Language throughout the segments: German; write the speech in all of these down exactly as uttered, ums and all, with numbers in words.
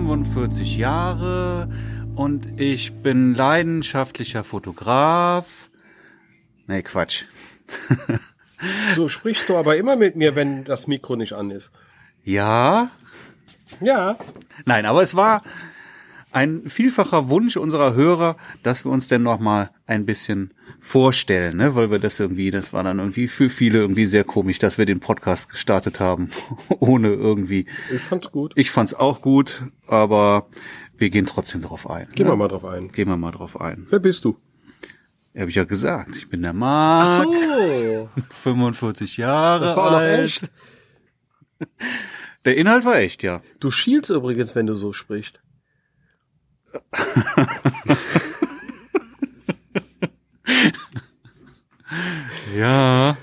fünfundvierzig Jahre und ich bin leidenschaftlicher Fotograf. Nee, Quatsch. So sprichst du aber immer mit mir, wenn das Mikro nicht an ist. Ja? Ja. Nein, aber es war ein vielfacher Wunsch unserer Hörer, dass wir uns denn noch mal ein bisschen vorstellen, ne? Weil wir das irgendwie, das war dann irgendwie für viele irgendwie sehr komisch, dass wir den Podcast gestartet haben, ohne irgendwie. Ich fand's gut. Ich fand's auch gut, aber wir gehen trotzdem drauf ein. Gehen ne? wir mal drauf ein. Gehen wir mal drauf ein. Wer bist du? Habe ich ja gesagt, ich bin der Marc. Ach so. fünfundvierzig Jahre Das war auch noch alt. echt. Der Inhalt war echt, ja. Du schielst übrigens, wenn du so sprichst. Ja.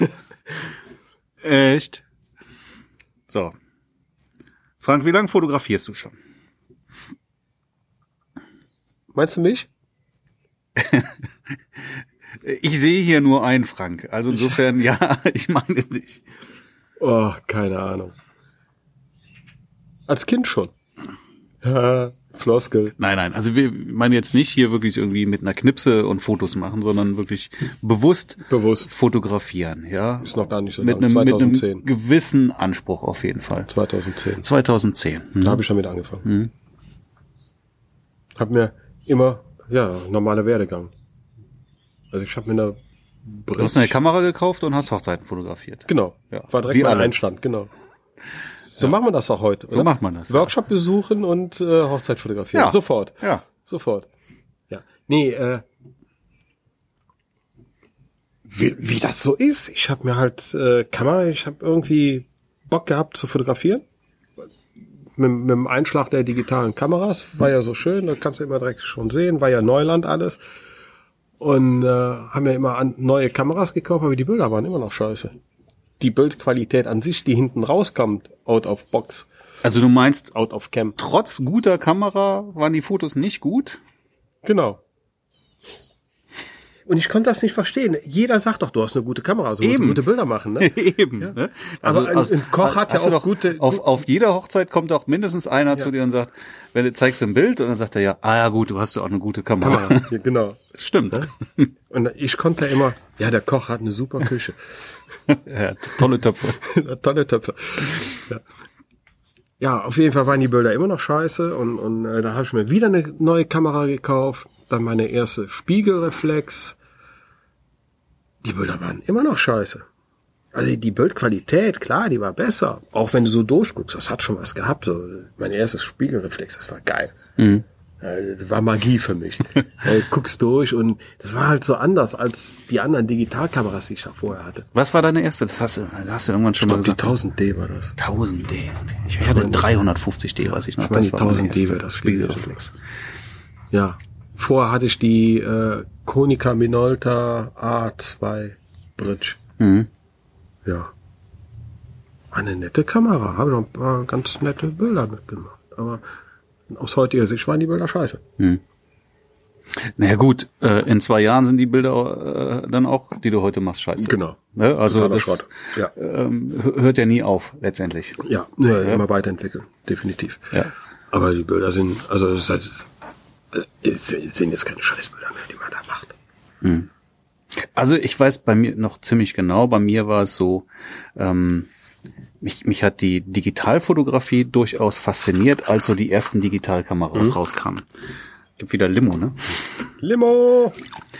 Echt? So. Frank, wie lange fotografierst du schon? Meinst du mich? Ich sehe hier nur einen Frank. Also insofern, ja, ich meine dich. Oh, keine Ahnung. Als Kind schon. Ja, Floskel. Nein, nein, also wir meinen jetzt nicht hier wirklich irgendwie mit einer Knipse und Fotos machen, sondern wirklich bewusst, Bewusst. fotografieren, ja. Ist noch gar nicht so Mit lang. einem, mit zweitausendzehn. einem gewissen Anspruch auf jeden Fall. zweitausendzehn. zweitausendzehn. Hm. Da habe ich damit angefangen. Mhm. Hab mir immer, ja, normaler Werdegang. Also ich habe mir eine Du hast eine Kamera gekauft und hast Hochzeiten fotografiert. Genau. Ja. War direkt Wie mein alle. Einstand, genau. So machen wir das auch heute. So oder? macht man das. Workshop besuchen und äh, Hochzeit fotografieren. Ja. Sofort. Ja. Sofort. Ja. Nee, äh, wie, wie das so ist. Ich habe mir halt äh, Kamera, ich habe irgendwie Bock gehabt zu fotografieren. Mit, mit dem Einschlag der digitalen Kameras. War ja so schön, da kannst du immer direkt schon sehen. War ja Neuland alles. Und äh, haben ja immer an, neue Kameras gekauft, aber die Bilder waren immer noch scheiße. Die Bildqualität an sich, die hinten rauskommt, out of box, Also du meinst, out of cam. trotz guter Kamera waren die Fotos nicht gut? Genau. Und ich konnte das nicht verstehen. Jeder sagt doch, du hast eine gute Kamera, also musst du Eben. gute Bilder machen, ne? Eben. Ja. Ne? Aber ein- ein Koch hat ja hast du auch doch, gute- Auf, gut- auf jeder Hochzeit kommt auch mindestens einer Ja. zu dir und sagt, wenn du zeigst ein Bild und dann sagt er ja, ah ja gut, du hast ja auch eine gute Kamera. Kamera. Ja, genau. Das stimmt. Und ich konnte ja immer, ja, der Koch hat eine super Küche. Ja, tolle Töpfe. Tolle Töpfe. Ja. Ja, auf jeden Fall waren die Bilder immer noch scheiße und, und äh, da habe ich mir wieder eine neue Kamera gekauft, dann meine erste Spiegelreflex. Die Bilder waren immer noch scheiße. Also die Bildqualität, klar, die war besser. Auch wenn du so durchguckst, das hat schon was gehabt. So mein erstes Spiegelreflex, das war geil. Mhm. Ja, das war Magie für mich. Ja, du guckst durch und das war halt so anders als die anderen Digitalkameras, die ich da vorher hatte. Was war deine erste? Das hast du, das hast du irgendwann schon Ich mal glaube, die gesagt. tausend D war das. tausend D. Ich hatte dreihundertfünfzig D, weiß ich noch. ich meine, die war meine tausend D erste wäre das Spiegelreflex. Ja. Vorher hatte ich die äh, Konica Minolta A zwei Bridge. Mhm. Ja. Eine nette Kamera. Habe noch ein paar ganz nette Bilder mitgemacht. Aber aus heutiger Sicht waren die Bilder scheiße. Hm. Naja gut, äh, in zwei Jahren sind die Bilder äh, dann auch, die du heute machst, scheiße. Genau. Ne? Also Totaler das Schrott. Ja. ähm, hö- hört ja nie auf, letztendlich. Ja, ja, immer weiterentwickeln. Definitiv. Ja. Aber die Bilder sind, also das heißt, es sind jetzt keine Scheißbilder mehr, die man da macht. Hm. Also ich weiß bei mir noch ziemlich genau, bei mir war es so, ähm, mich, mich hat die Digitalfotografie durchaus fasziniert, als so die ersten Digitalkameras Mhm. rauskamen. Gibt wieder Limo, ne? Limo!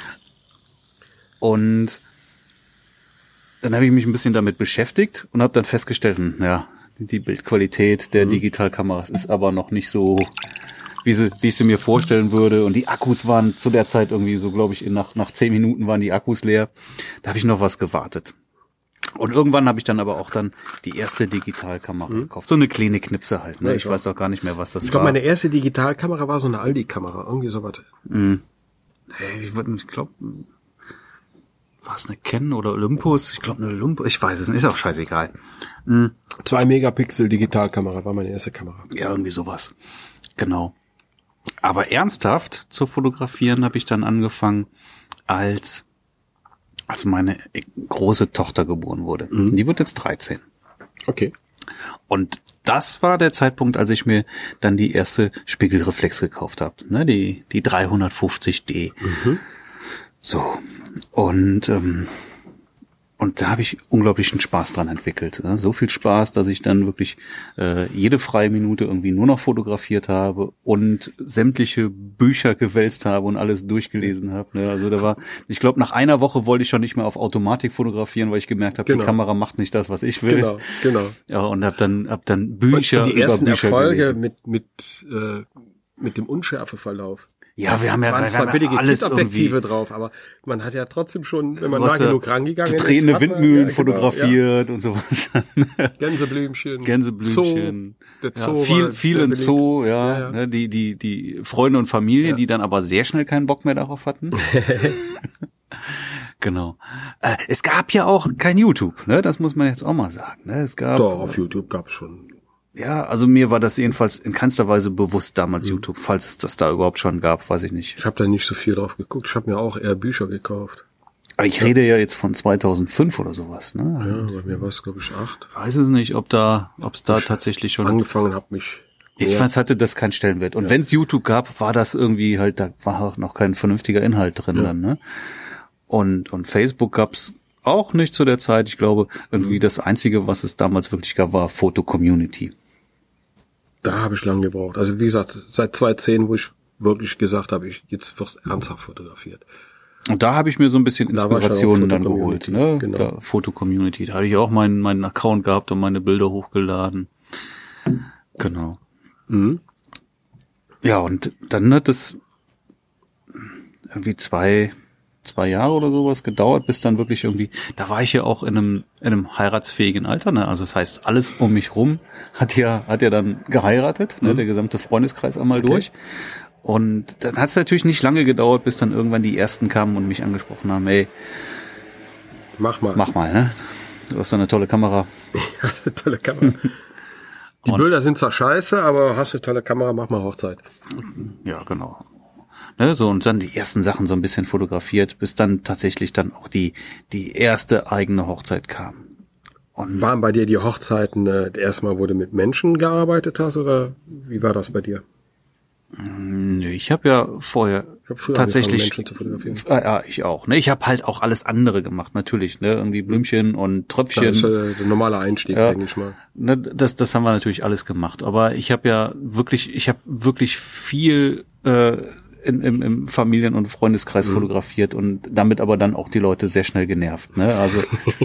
Und dann habe ich mich ein bisschen damit beschäftigt und habe dann festgestellt, hm, ja, die Bildqualität der Mhm. Digitalkameras ist aber noch nicht so, wie, sie, wie ich sie mir vorstellen würde. Und die Akkus waren zu der Zeit irgendwie so, glaube ich, in, nach, nach zehn Minuten waren die Akkus leer. Da habe ich noch was gewartet. Und irgendwann habe ich dann aber auch dann die erste Digitalkamera Mhm. gekauft. So eine kleine Knipse halt. Ne? Ja, ich ich weiß auch gar nicht mehr, was das Ich glaube, war. meine erste Digitalkamera war so eine Aldi-Kamera. Irgendwie sowas. Mhm. Hey, ich würd- ich glaube, war es eine Canon oder Olympus? Ich glaube eine Olympus. Ich weiß es nicht. Ist auch scheißegal. Mhm. Zwei Megapixel Digitalkamera war meine erste Kamera. Ja, irgendwie sowas. Genau. Aber ernsthaft zu fotografieren habe ich dann angefangen, als als meine große Tochter geboren wurde. Mhm. Die wird jetzt dreizehn. Okay. Und das war der Zeitpunkt, als ich mir dann die erste Spiegelreflex gekauft habe, ne, die die dreihundertfünfzig D. Mhm. So, und ähm, und da habe ich unglaublichen Spaß dran entwickelt. Ne? So viel Spaß, dass ich dann wirklich äh, jede freie Minute irgendwie nur noch fotografiert habe und sämtliche Bücher gewälzt habe und alles durchgelesen habe. Ne? Also da war, ich glaube, nach einer Woche wollte ich schon nicht mehr auf Automatik fotografieren, weil ich gemerkt habe, genau. Die Kamera macht nicht das, was ich will. Genau, genau. Ja, und habe dann hab dann Bücher und die ersten über Bücher Erfolge gelesen. mit mit äh, mit dem Unschärfeverlauf. Ja, wir haben ja, waren wir zwar haben billige ja alles Kit-Objektive irgendwie drauf, aber man hat ja trotzdem schon, wenn man Du nah hast ja genug rangegangen ist, drehende hat man- Windmühlen ja, genau, fotografiert und sowas. Ja. Gänseblümchen, Gänseblümchen. Zoo, der Ja, Zoo viel, war viel sehr in beliebt. Zoo, ja. Ja, ja. Ne, die, die, die Freunde und Familie, Ja. die dann aber sehr schnell keinen Bock mehr darauf hatten. Genau. Äh, es gab ja auch kein YouTube, ne? Das muss man jetzt auch mal sagen. Ne? Es gab, Doch, auf YouTube gab's schon. ja, also mir war das jedenfalls in keinster Weise bewusst damals Mhm. YouTube, falls es das da überhaupt schon gab, weiß ich nicht. Ich habe da nicht so viel drauf geguckt. Ich habe mir auch eher Bücher gekauft. Aber ich rede ja jetzt von zweitausendfünf oder sowas, ne? Ja, bei mir war es, glaube ich, acht. Ich weiß es nicht, ob da, ob es da tatsächlich schon Angefangen habe mich. Ich mehr- fand, hatte das keinen Stellenwert. Und wenn es YouTube gab, war das irgendwie halt, da war auch noch kein vernünftiger Inhalt drin Ja. dann, ne? Und, und Facebook gab's auch nicht zu der Zeit. Ich glaube, irgendwie Mhm. das Einzige, was es damals wirklich gab, war Foto-Community. Da habe ich lange gebraucht. Also wie gesagt, seit zweitausendzehn, wo ich wirklich gesagt habe, ich jetzt wird's ernsthaft fotografiert. Und da habe ich mir so ein bisschen Da war ich dann Inspirationen auf dann geholt, Foto-Community, ne? genau. Da, Foto-Community. Da hatte ich auch meinen, meinen Account gehabt und meine Bilder hochgeladen. Genau. Mhm. Ja, und dann hat es irgendwie zwei, zwei Jahre oder sowas gedauert, bis dann wirklich irgendwie, da war ich ja auch in einem, in einem heiratsfähigen Alter, ne? Also das heißt, alles um mich rum hat ja, hat ja dann geheiratet, ne? Der gesamte Freundeskreis einmal Okay. durch. Und dann hat es natürlich nicht lange gedauert, bis dann irgendwann die ersten kamen und mich angesprochen haben, ey, Mach mal. mach mal, ne? Du hast so eine tolle Kamera. Hast eine tolle Kamera. Die Und- Bilder sind zwar scheiße, aber hast eine tolle Kamera, mach mal Hochzeit. Ja, genau. Ne, so, und dann die ersten Sachen so ein bisschen fotografiert, bis dann tatsächlich dann auch die, die erste eigene Hochzeit kam. Und Waren bei dir die Hochzeiten äh, das erste Mal, wo du mit Menschen gearbeitet hast, oder wie war das bei dir? nö, ich habe ja vorher Ich hab früher tatsächlich, angefangen, Menschen zu fotografieren. Ah, ja, ich auch. Ne, ich habe halt auch alles andere gemacht, natürlich, ne, irgendwie Blümchen und Tröpfchen. Das ist äh, der normale Einstieg, Ja. denke ich mal. Ne, das, das haben wir natürlich alles gemacht. Aber ich habe ja wirklich, ich habe wirklich viel äh, in, im, im Familien- und Freundeskreis Mhm. fotografiert und damit aber dann auch die Leute sehr schnell genervt. Ne? Also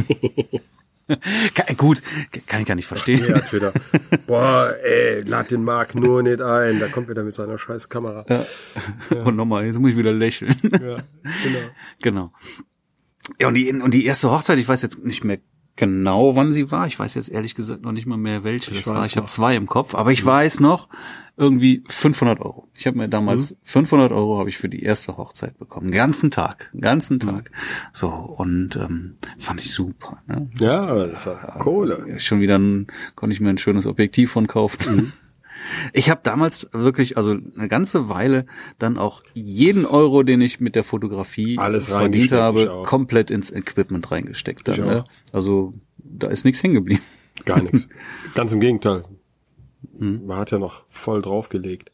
Kann- gut, kann ich gar nicht verstehen. Ja, hat wieder. Boah, ey, lad den Marc nur nicht ein. Da kommt wieder mit seiner scheiß Kamera. Ja. Und nochmal, jetzt muss ich wieder lächeln. Ja, genau. Genau. Ja, und die, und die erste Hochzeit, ich weiß jetzt nicht mehr genau, wann sie war. Ich weiß jetzt ehrlich gesagt noch nicht mal mehr, welche das Ich war. weiß Ich habe noch. zwei im Kopf, aber ich weiß noch, irgendwie fünfhundert Euro. Ich habe mir damals Mhm. fünfhundert Euro habe ich für die erste Hochzeit bekommen. Den ganzen Tag, den ganzen Mhm. Tag. So, und ähm, fand ich super. Ne? Ja, aber das war Kohle. Ja, schon wieder ein, konnte ich mir ein schönes Objektiv von kaufen. Mhm. Ich habe damals wirklich, also eine ganze Weile, dann auch jeden Euro, den ich mit der Fotografie Alles verdient reingesteckt, ich habe, auch. komplett ins Equipment reingesteckt. Dann, Ich ne? auch. Also da ist nichts hängen geblieben. Gar nichts. Ganz im Gegenteil. Mhm. Man hat ja noch voll draufgelegt.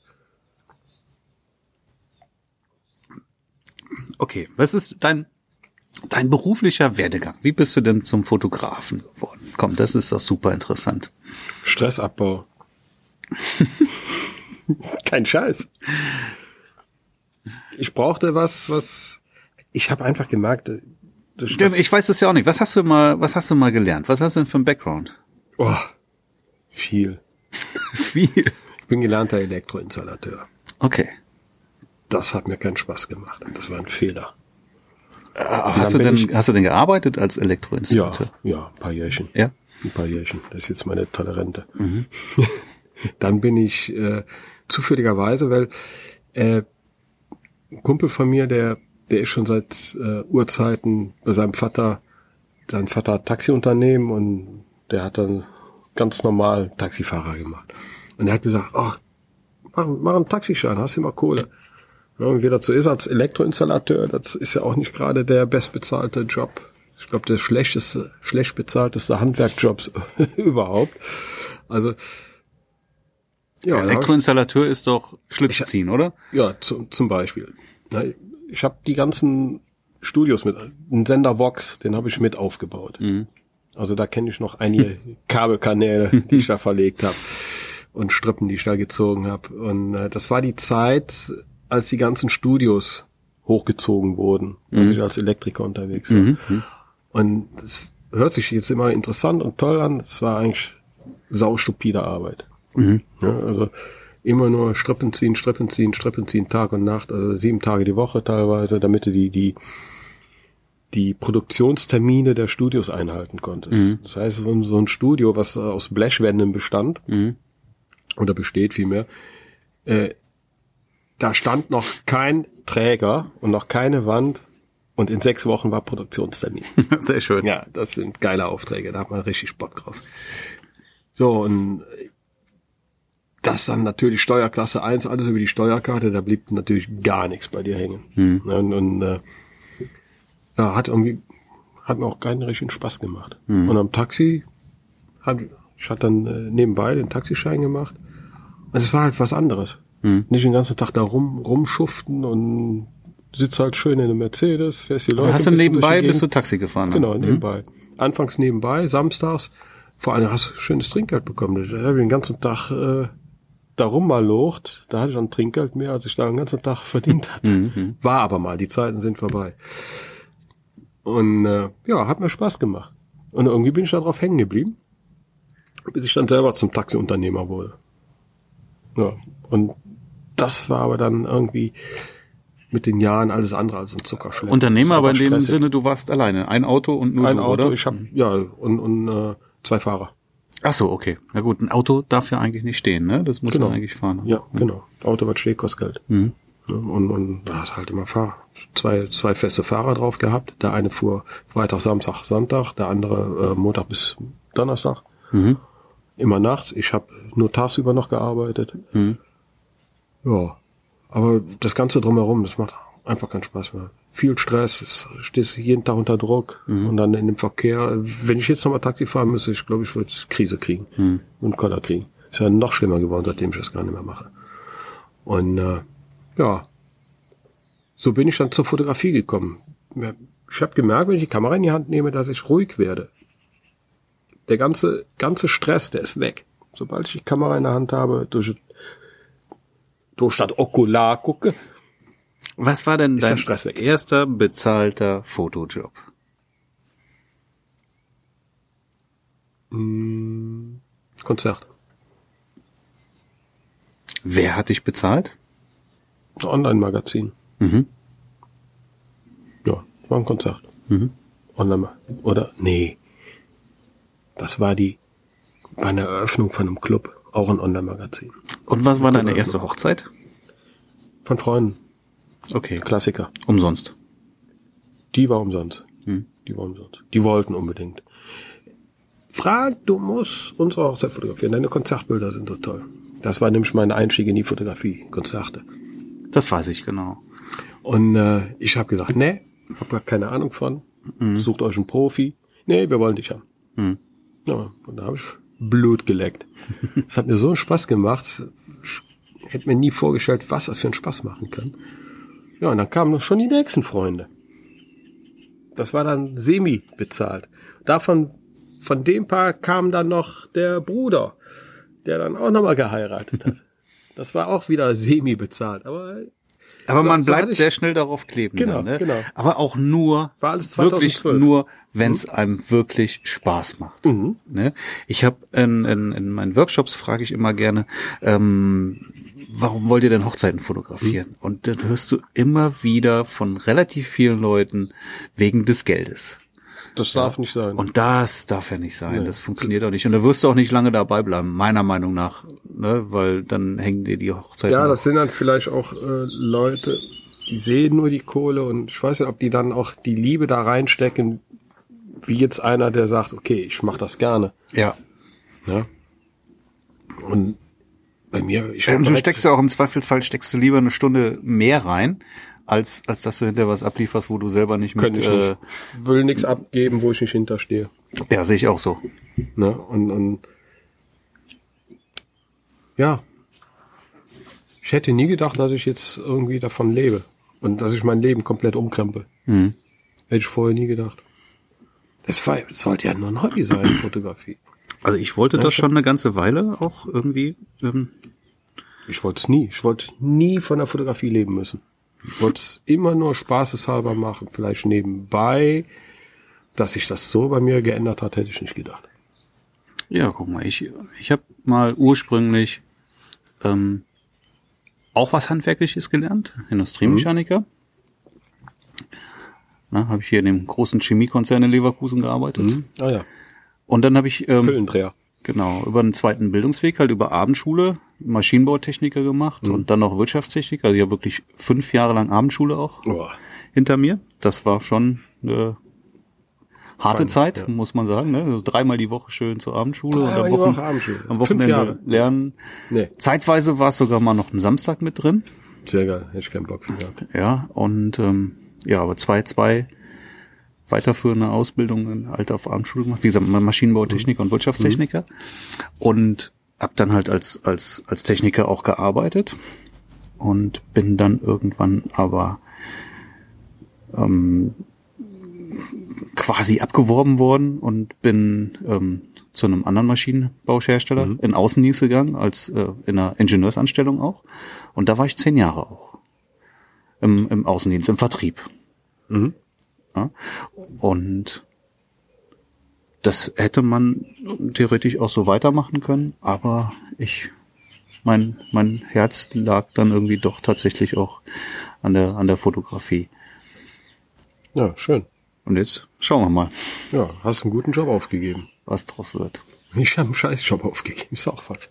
Okay, was ist dein dein beruflicher Werdegang? Wie bist du denn zum Fotografen geworden? Komm, das ist doch super interessant. Stressabbau. Kein Scheiß. Ich brauchte was, was ich habe einfach gemerkt, äh, durch das, Ich weiß es ja auch nicht. Was hast du mal, was hast du mal gelernt? Was hast du denn für einen Background? oh, viel. Viel. Ich bin gelernter Elektroinstallateur. Okay. Das hat mir keinen Spaß gemacht. Das war ein Fehler. Äh, hast du bin denn, ich- hast du denn gearbeitet als Ja, Elektroinstallateur? ja, ein paar Jährchen. Ja. Ein paar Jährchen. Das ist jetzt meine tolle Rente. Mhm. Dann bin ich äh, zufälligerweise, weil äh, ein Kumpel von mir, der der ist schon seit äh, Urzeiten bei seinem Vater, sein Vater hat Taxiunternehmen und der hat dann ganz normal Taxifahrer gemacht. Und er hat gesagt, ach, mach, mach einen Taxischein, hast du immer Kohle. Ja, und wie das so ist als Elektroinstallateur, das ist ja auch nicht gerade der bestbezahlte Job. Ich glaube, der schlechteste, schlecht bezahlteste Handwerkjobs überhaupt. Also ja, Elektroinstallateur ist doch Schlitz ziehen, oder? Ja, zu, zum Beispiel. Ich habe die ganzen Studios mit, einen Sender Vox, den habe ich mit aufgebaut. Mhm. Also da kenne ich noch einige Kabelkanäle, die ich da verlegt habe und Strippen, die ich da gezogen habe. Und äh, das war die Zeit, als die ganzen Studios hochgezogen wurden, als mhm. ich als Elektriker unterwegs war. Mhm. Und das hört sich jetzt immer interessant und toll an. Es war eigentlich saustupide Arbeit. Mhm. Ja, also immer nur Strippen ziehen, Strippen ziehen, Strippen ziehen, Tag und Nacht, also sieben Tage die Woche teilweise, damit du die die die Produktionstermine der Studios einhalten konntest. Mhm. Das heißt, so ein, so ein Studio, was aus Blechwänden bestand, mhm. oder besteht vielmehr, äh, da stand noch kein Träger und noch keine Wand und in sechs Wochen war Produktionstermin. Sehr schön. Ja, das sind geile Aufträge, da hat man richtig Bock drauf. So, und das dann natürlich Steuerklasse eins, alles über die Steuerkarte, da blieb natürlich gar nichts bei dir hängen. Hm. Und, und äh, ja, hat irgendwie, hat mir auch keinen richtigen Spaß gemacht. Hm. Und am Taxi, hat, ich hatte dann äh, nebenbei den Taxischein gemacht. Also es war halt was anderes. Hm. Nicht den ganzen Tag da rum, rumschuften und sitzt halt schön in einem Mercedes, fährst die Leute. Aber hast du nebenbei, bist du Taxi gefahren? Genau, nebenbei. Hm. Anfangs nebenbei, samstags, vor allem hast du schönes Trinkgeld bekommen. Da habe ich den ganzen Tag äh, da rummalocht, da hatte ich dann Trinkgeld mehr, als ich da den ganzen Tag verdient hatte. Mhm. War aber mal, die Zeiten sind vorbei. Und äh, ja, hat mir Spaß gemacht. Und irgendwie bin ich da drauf hängen geblieben, bis ich dann selber zum Taxiunternehmer wurde. Ja, und das war aber dann irgendwie mit den Jahren alles andere als ein Zuckerschlecken. Unternehmer, aber in dem stressig. Sinne, du warst alleine. Ein Auto und nur ein du, Auto, oder? Ich habe ja und und äh, zwei Fahrer. Ach so, okay. Na gut, ein Auto darf ja eigentlich nicht stehen, ne? Das muss genau. man eigentlich fahren. Ja, mhm. genau. Auto, was steht, kostet Geld. Mhm. Und, und da hast halt immer Fahrer. Zwei, zwei feste Fahrer drauf gehabt. Der eine fuhr Freitag, Samstag, Sonntag, der andere äh, Montag bis Donnerstag. Mhm. Immer nachts. Ich habe nur tagsüber noch gearbeitet. Mhm. Ja, aber das Ganze drumherum, das macht einfach keinen Spaß mehr. Viel Stress, es stehst jeden Tag unter Druck mhm. und dann in dem Verkehr. Wenn ich jetzt nochmal Taxi fahren müsste, ich glaube, ich würde Krise kriegen mhm. und Koller kriegen. Ist ja noch schlimmer geworden, seitdem ich das gar nicht mehr mache. Und äh, ja, so bin ich dann zur Fotografie gekommen. Ich habe gemerkt, wenn ich die Kamera in die Hand nehme, dass ich ruhig werde. Der ganze ganze Stress, der ist weg. Sobald ich die Kamera in der Hand habe, durch, durch das Okular gucke. Was war denn dein erster bezahlter Fotojob? Hm, Konzert. Wer hat dich bezahlt? Ein Online-Magazin. Mhm. Ja, war ein Konzert. Mhm. Online oder nee. Das war die war eine Eröffnung von einem Club, auch ein Online-Magazin. Und was war deine erste Hochzeit? Von Freunden. Okay. Klassiker. Umsonst. Die war umsonst. Hm. Die war umsonst. Die wollten unbedingt. Frag, du musst unsere Hochzeit fotografieren. Deine Konzertbilder sind so toll. Das war nämlich mein Einstieg in die Fotografie. Konzerte. Das weiß ich genau. Und äh, ich habe gesagt, nee, hab gar keine Ahnung von. Mhm. Sucht euch einen Profi. Nee, wir wollen dich haben. Mhm. Ja, und da habe ich Blut geleckt. Das hat mir so einen Spaß gemacht. Ich hätte mir nie vorgestellt, was das für einen Spaß machen kann. Ja, und dann kamen schon die nächsten Freunde. Das war dann semi bezahlt. Davon, von dem Paar kam dann noch der Bruder, der dann auch nochmal geheiratet hat. Das war auch wieder semi bezahlt, aber aber so, man bleibt so sehr schnell darauf kleben. Genau, dann, ne? genau. Aber auch nur, war alles wirklich nur, wenn es mhm. einem wirklich Spaß macht. Mhm. Ne? Ich habe in, in, in meinen Workshops frage ich immer gerne, ähm, warum wollt ihr denn Hochzeiten fotografieren? Mhm. Und dann hörst du immer wieder von relativ vielen Leuten wegen des Geldes. Das darf ja. nicht sein. Und das darf ja nicht sein. Nee. Das funktioniert auch nicht. Und da wirst du auch nicht lange dabei bleiben, meiner Meinung nach, ne? Weil dann hängen dir die Hochzeiten. Ja, auf. Das sind dann vielleicht auch äh, Leute, die sehen nur die Kohle und ich weiß nicht, ob die dann auch die Liebe da reinstecken, wie jetzt einer, der sagt, okay, ich mache das gerne. Ja. Ja. Und bei mir, ich ähm, du steckst ja auch im Zweifelsfall steckst du lieber eine Stunde mehr rein, als als dass du hinterher was ablieferst, wo du selber nicht mit. Ich äh, nicht. Will nichts abgeben, wo ich nicht hinterstehe. Ja, sehe ich auch so. Ne? Und und ja, ich hätte nie gedacht, dass ich jetzt irgendwie davon lebe und dass ich mein Leben komplett umkrempel. Mhm. Hätte ich vorher nie gedacht. Das, war, das sollte ja nur ein Hobby sein, Fotografie. Also ich wollte Ja, das schon. schon eine ganze Weile auch irgendwie. Ähm, Ich wollte es nie. Ich wollte nie von der Fotografie leben müssen. Ich wollte es immer nur spaßeshalber machen. Vielleicht nebenbei. Dass sich das so bei mir geändert hat, hätte ich nicht gedacht. ja, guck mal, ich ich habe mal ursprünglich ähm, auch was Handwerkliches gelernt, Industriemechaniker. Mhm. Na, habe ich hier in dem großen Chemiekonzern in Leverkusen gearbeitet. Mhm. Ah ja. Und dann habe ich ähm, Pillendreher. genau über einen zweiten Bildungsweg halt über Abendschule Maschinenbautechniker gemacht mhm. und dann noch Wirtschaftstechnik. Also ja wirklich fünf Jahre lang Abendschule auch Oh. hinter mir. Das war schon eine harte Fein, Zeit, ja. muss man sagen. Ne? Also dreimal die Woche schön zur Abendschule Dreimal und am, die Wochen, Woche Abendschule. am Fünf Wochenende Jahre. lernen. Nee. Zeitweise war es sogar mal noch ein Samstag mit drin. Sehr geil. Hätte ich keinen Bock für gehabt. Ja, und ähm, ja, aber zwei, zwei weiterführende Ausbildungen halt auf Abendschule gemacht. Wie gesagt, Maschinenbautechniker mhm. und Wirtschaftstechniker. Mhm. Und hab dann halt als als als Techniker auch gearbeitet und bin dann irgendwann aber ähm, quasi abgeworben worden und bin ähm, zu einem anderen Maschinenbauhersteller mhm. in Außendienst gegangen, als äh, in einer Ingenieursanstellung auch. Und da war ich zehn Jahre auch im, im Außendienst, im Vertrieb. Mhm. Ja. Und das hätte man theoretisch auch so weitermachen können, aber ich, mein, mein Herz lag dann irgendwie doch tatsächlich auch an der, an der Fotografie. Ja, schön. Und jetzt schauen wir mal, Ja, hast einen guten Job aufgegeben. was draus wird. Ich habe einen Scheißjob aufgegeben, ist auch was.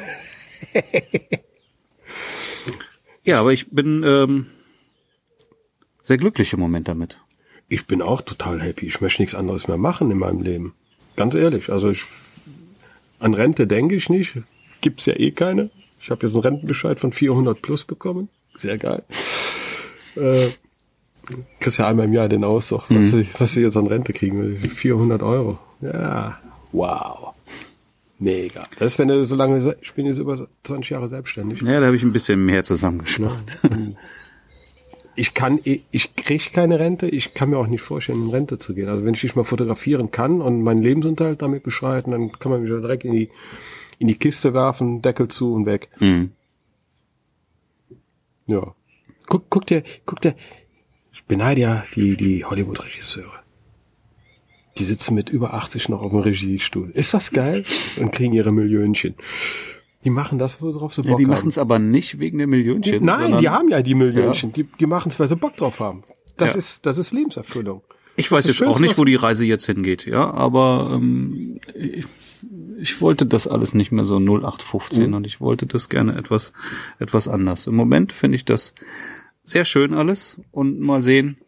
Ja, aber ich bin ähm, sehr glücklich im Moment damit. Ich bin auch total happy. Ich möchte nichts anderes mehr machen in meinem Leben. Ganz ehrlich, also ich, an Rente denke ich nicht. Gibt's ja eh keine. Ich habe jetzt einen Rentenbescheid von vierhundert plus bekommen. Sehr geil. Äh, kriegst ja einmal im Jahr den Auszug, was, Mhm. ich, was ich jetzt an Rente kriegen will. vierhundert Euro. Ja, wow. Mega. Das ist, wenn du so lange, ich bin jetzt über zwanzig Jahre selbstständig. Ja, da habe ich ein bisschen mehr zusammengespart. Ich kann, ich kriege keine Rente, ich kann mir auch nicht vorstellen, in Rente zu gehen. Also wenn ich nicht mal fotografieren kann und meinen Lebensunterhalt damit bestreiten, dann kann man mich ja direkt in die, in die Kiste werfen, Deckel zu und weg. Mhm. Ja. Guck, guck dir, guck dir, ich beneide ja die, die Hollywood-Regisseure. Die sitzen mit über achtzig noch auf dem Regiestuhl. Ist das geil? Und kriegen ihre Millionchen. Die machen das, worauf sie Bock Ja, die haben. machen es aber nicht wegen der Millionchen. Nein, sondern, die haben ja die Millionchen. Ja. Die, die machen es, weil sie Bock drauf haben. Das Ja. ist, das ist Lebenserfüllung. Ich weiß Das ist jetzt auch Schönste, nicht, was- wo die Reise jetzt hingeht, ja, aber ähm, ich, ich wollte das alles nicht mehr so null acht fünfzehn Mhm. und ich wollte das gerne etwas etwas anders. Im Moment finde ich das sehr schön alles und mal sehen,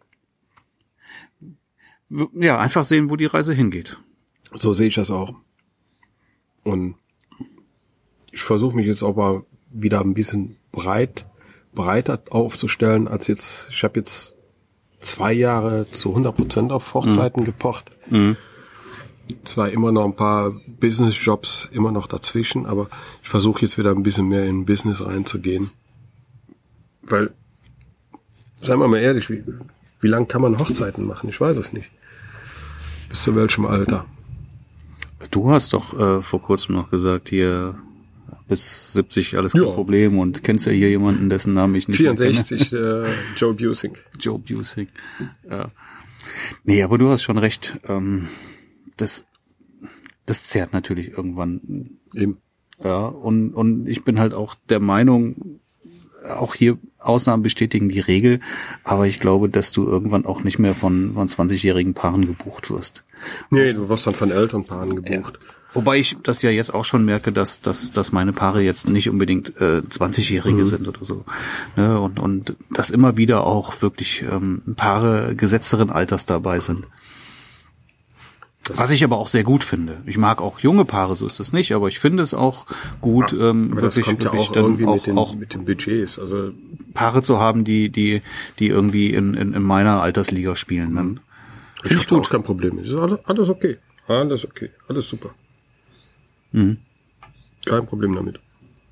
w- ja, einfach sehen, wo die Reise hingeht. So sehe ich das auch. Und ich versuche mich jetzt auch mal wieder ein bisschen breit, breiter aufzustellen, als jetzt, ich habe jetzt zwei Jahre zu hundert Prozent auf Hochzeiten mhm. gepocht. Mhm. Zwar immer noch ein paar Business-Jobs immer noch dazwischen, aber ich versuche jetzt wieder ein bisschen mehr in Business reinzugehen. Weil, seien wir mal ehrlich, wie, wie lange kann man Hochzeiten machen? Ich weiß es nicht. Bis zu welchem Alter? Du hast doch äh, vor kurzem noch gesagt, hier bis siebzig alles kein Ja. Problem und kennst ja hier jemanden, dessen Namen ich nicht mehr vierundsechzig, äh, Joe Busing. kenne. Joe Busing. Ja. Nee, aber du hast schon recht. Ähm, das, das zehrt natürlich irgendwann. Eben. Ja, und, und ich bin halt auch der Meinung, auch hier Ausnahmen bestätigen die Regel, aber ich glaube, dass du irgendwann auch nicht mehr von, von zwanzigjährigen Paaren gebucht wirst. Nee, du wirst dann von Elternpaaren gebucht. Ja. Wobei ich das ja jetzt auch schon merke, dass, dass, dass meine Paare jetzt nicht unbedingt äh, zwanzigjährige mhm. sind oder so. Ne? Und, und dass immer wieder auch wirklich ähm, Paare gesetzteren Alters dabei sind. Das Was ich aber auch sehr gut finde. Ich mag auch junge Paare, so ist das nicht, aber ich finde es auch gut, ja, ähm, aber wirklich, das kommt ja wirklich auch dann irgendwie auch, mit, den, auch mit den Budgets. Also Paare zu haben, die, die, die irgendwie in, in, in meiner Altersliga spielen. Dann ich finde ich habe gut. kein Problem mit. Ist alles, alles okay. Alles okay. Alles super. Mhm. Kein Problem damit.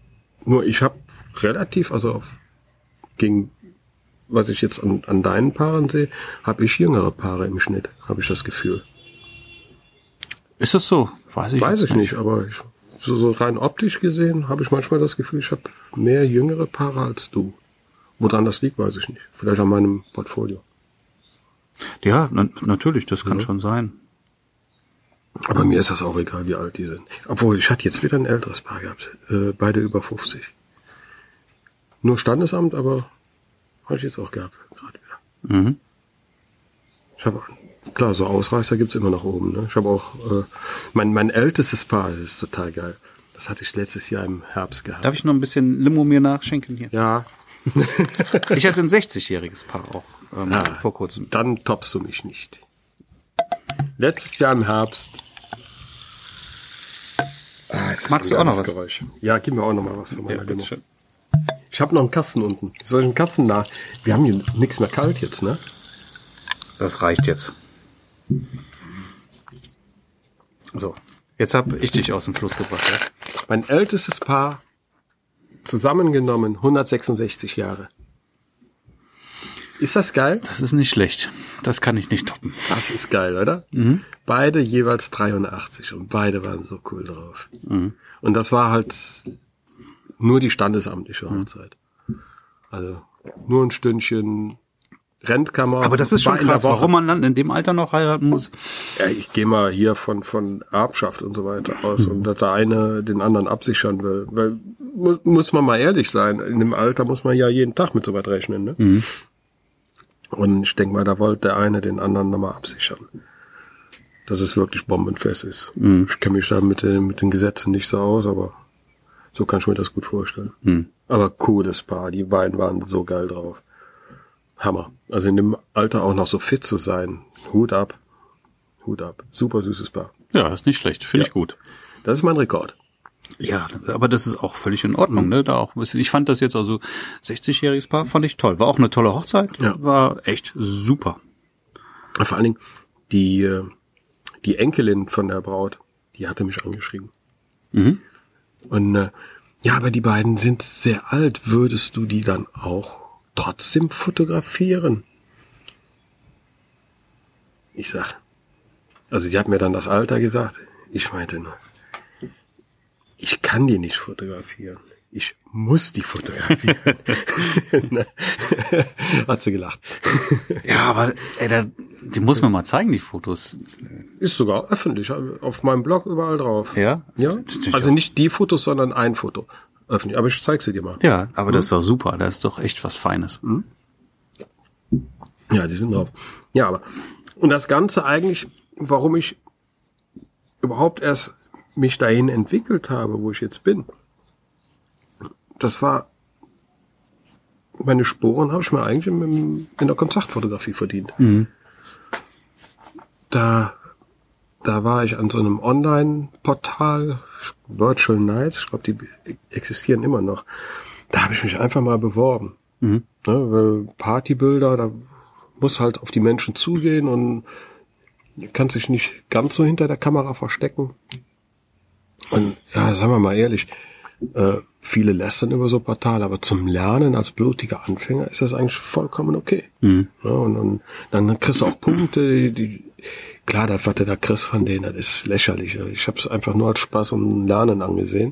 Nur ich habe relativ, also auf, gegen was ich jetzt an, an deinen Paaren sehe, habe ich jüngere Paare im Schnitt, habe ich das Gefühl. Ist das so? Weiß ich Weiß jetzt ich nicht, aber ich, so, so rein optisch gesehen habe ich manchmal das Gefühl, ich habe mehr jüngere Paare als du. Woran das liegt, weiß ich nicht. Vielleicht an meinem Portfolio. Ja, na, natürlich, das kann ja. schon sein. Aber mir ist das auch egal, wie alt die sind. Obwohl, ich hatte jetzt wieder ein älteres Paar gehabt. Äh, beide über fünfzig. Nur Standesamt, aber habe ich jetzt auch gehabt, gerade wieder. Mhm. Ich habe, klar, so Ausreißer gibt's immer nach oben. Ne? Ich habe auch, äh, mein, mein ältestes Paar, das ist total geil. Das hatte ich letztes Jahr im Herbst gehabt. Darf ich noch ein bisschen Limo mir nachschenken hier? Ja. Ich hatte ein sechzigjähriges Paar auch ähm, ja, vor kurzem. Dann toppst du mich nicht. Letztes Jahr im Herbst. Ah, magst du auch noch was? Geräusch. Ja, gib mir auch noch mal was von meiner ja, Limo. Ich habe noch einen Kasten unten. Soll ich einen Kasten nach? Wir haben hier nichts mehr kalt jetzt, ne? Das reicht jetzt. So, jetzt habe ich dich aus dem Fluss gebracht. Ja? Mein ältestes Paar, zusammengenommen, hundertsechsundsechzig Jahre. Ist das geil? Das ist nicht schlecht. Das kann ich nicht toppen. Das ist geil, oder? Mhm. Beide jeweils dreiundachtzig und beide waren so cool drauf. Mhm. Und das war halt nur die standesamtliche Hochzeit. Mhm. Also nur ein Stündchen Rentkammer. Aber das ist schon krass, warum man dann in dem Alter noch heiraten muss. Ja, ich gehe mal hier von von Erbschaft und so weiter aus mhm. und dass der eine den anderen absichern will. Weil, mu- muss man mal ehrlich sein, in dem Alter muss man ja jeden Tag mit so weit rechnen, ne? Mhm. Und ich denke mal, da wollte der eine den anderen nochmal absichern. Dass es wirklich bombenfest ist. Mhm. Ich kenne mich da mit den, mit den Gesetzen nicht so aus, aber so kann ich mir das gut vorstellen. Mhm. Aber cooles Paar, die beiden waren so geil drauf. Hammer. Also in dem Alter auch noch so fit zu sein. Hut ab. Hut ab. Super süßes Paar. Ja, ist nicht schlecht. Finde ja. ich gut. Das ist mein Rekord. Ja, aber das ist auch völlig in Ordnung, ne? Da auch ein bisschen. Ich fand das jetzt also sechzigjähriges Paar fand ich toll. War auch eine tolle Hochzeit. Ja. War echt super. Vor allen Dingen die die Enkelin von der Braut, die hatte mich angeschrieben. Mhm. Und äh, ja, aber die beiden sind sehr alt. Würdest du die dann auch trotzdem fotografieren? Ich sag, also sie hat mir dann das Alter gesagt. Ich meinte nur, ich kann die nicht fotografieren. Ich muss die fotografieren. Hat sie gelacht. Ja, aber ey, da, die muss man mal zeigen, die Fotos. Ist sogar öffentlich, auf meinem Blog überall drauf. Ja? Ja. Also nicht die Fotos, sondern ein Foto. Öffentlich. Aber ich zeig sie dir mal. Ja, aber mhm. das ist doch super. Das ist doch echt was Feines. Mhm. Ja, die sind drauf. Ja, aber und das Ganze eigentlich, warum ich überhaupt erst mich dahin entwickelt habe, wo ich jetzt bin. Das war, meine Sporen habe ich mir eigentlich in, in der Konzertfotografie verdient. Mhm. Da, da war ich an so einem Online-Portal, Virtual Nights, ich glaube, die existieren immer noch. Da habe ich mich einfach mal beworben. Mhm. Ne, weil Partybilder, da muss halt auf die Menschen zugehen und kann sich nicht ganz so hinter der Kamera verstecken. Und ja, sagen wir mal ehrlich, äh, viele lästern über so Portale, aber zum Lernen als blutiger Anfänger ist das eigentlich vollkommen okay. Mhm. Ja, und, und dann kriegst du auch Punkte, die, die klar, das, was du da kriegst von denen, das ist lächerlich. Ich habe es einfach nur als Spaß und Lernen angesehen.